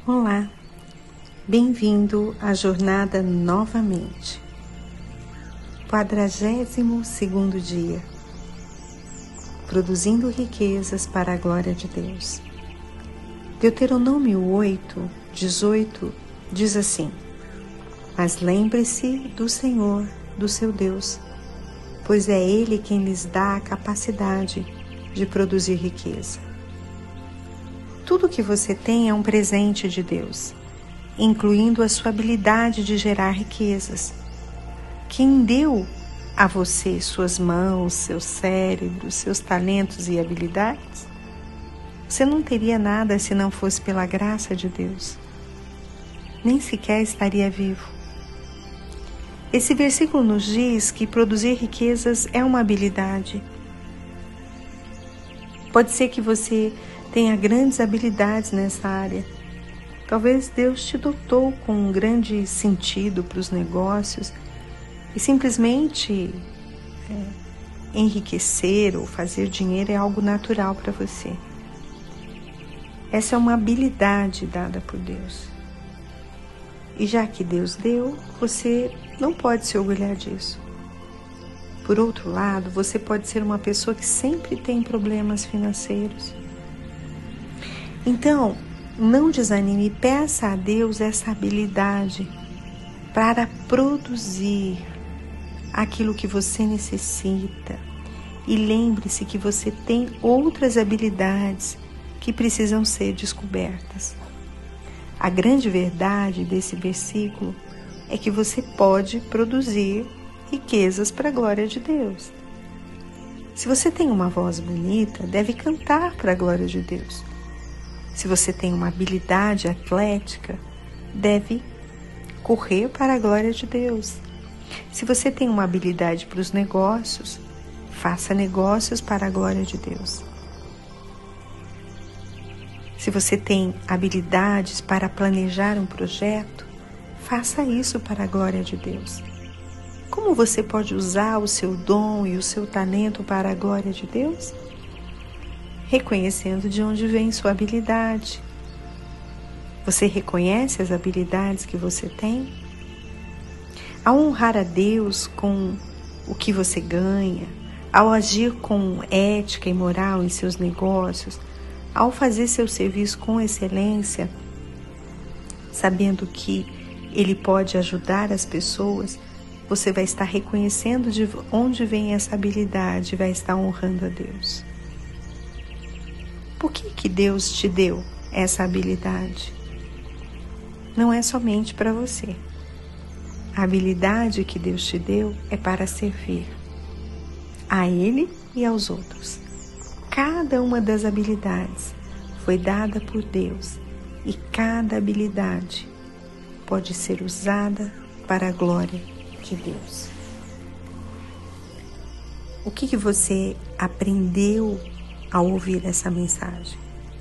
Olá, bem-vindo à jornada novamente. 42º dia, produzindo riquezas para a glória de Deus. Deuteronômio 8:18 diz assim: Mas lembre-se do Senhor, do seu Deus, pois é Ele quem lhes dá a capacidade de produzir riqueza. Tudo que você tem é um presente de Deus, incluindo a sua habilidade de gerar riquezas. Quem deu a você suas mãos, seu cérebro, seus talentos e habilidades? Você não teria nada se não fosse pela graça de Deus. Nem sequer estaria vivo. Esse versículo nos diz que produzir riquezas é uma habilidade. Pode ser que você tenha grandes habilidades nessa área. Talvez Deus te dotou com um grande sentido para os negócios e simplesmente enriquecer ou fazer dinheiro é algo natural para você. Essa é uma habilidade dada por Deus. E já que Deus deu, você não pode se orgulhar disso. Por outro lado, você pode ser uma pessoa que sempre tem problemas financeiros. Então, não desanime, peça a Deus essa habilidade para produzir aquilo que você necessita. E lembre-se que você tem outras habilidades que precisam ser descobertas. A grande verdade desse versículo é que você pode produzir riquezas para a glória de Deus. Se você tem uma voz bonita, deve cantar para a glória de Deus. Se você tem uma habilidade atlética, deve correr para a glória de Deus. Se você tem uma habilidade para os negócios, faça negócios para a glória de Deus. Se você tem habilidades para planejar um projeto, faça isso para a glória de Deus. Como você pode usar o seu dom e o seu talento para a glória de Deus? Reconhecendo de onde vem sua habilidade. Você reconhece as habilidades que você tem? Ao honrar a Deus com o que você ganha, ao agir com ética e moral em seus negócios, ao fazer seu serviço com excelência, sabendo que Ele pode ajudar as pessoas, você vai estar reconhecendo de onde vem essa habilidade e vai estar honrando a Deus. Por que Deus te deu essa habilidade? Não é somente para você. A habilidade que Deus te deu é para servir a Ele e aos outros. Cada uma das habilidades foi dada por Deus e cada habilidade pode ser usada para a glória de Deus. O que você aprendeu ao ouvir essa mensagem?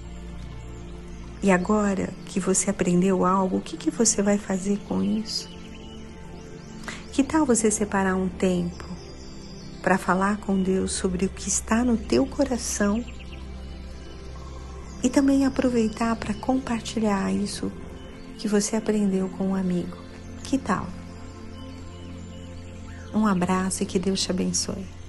E agora que você aprendeu algo, o que você vai fazer com isso? Que tal você separar um tempo para falar com Deus sobre o que está no teu coração e também aproveitar para compartilhar isso que você aprendeu com um amigo? Que tal? Um abraço e que Deus te abençoe.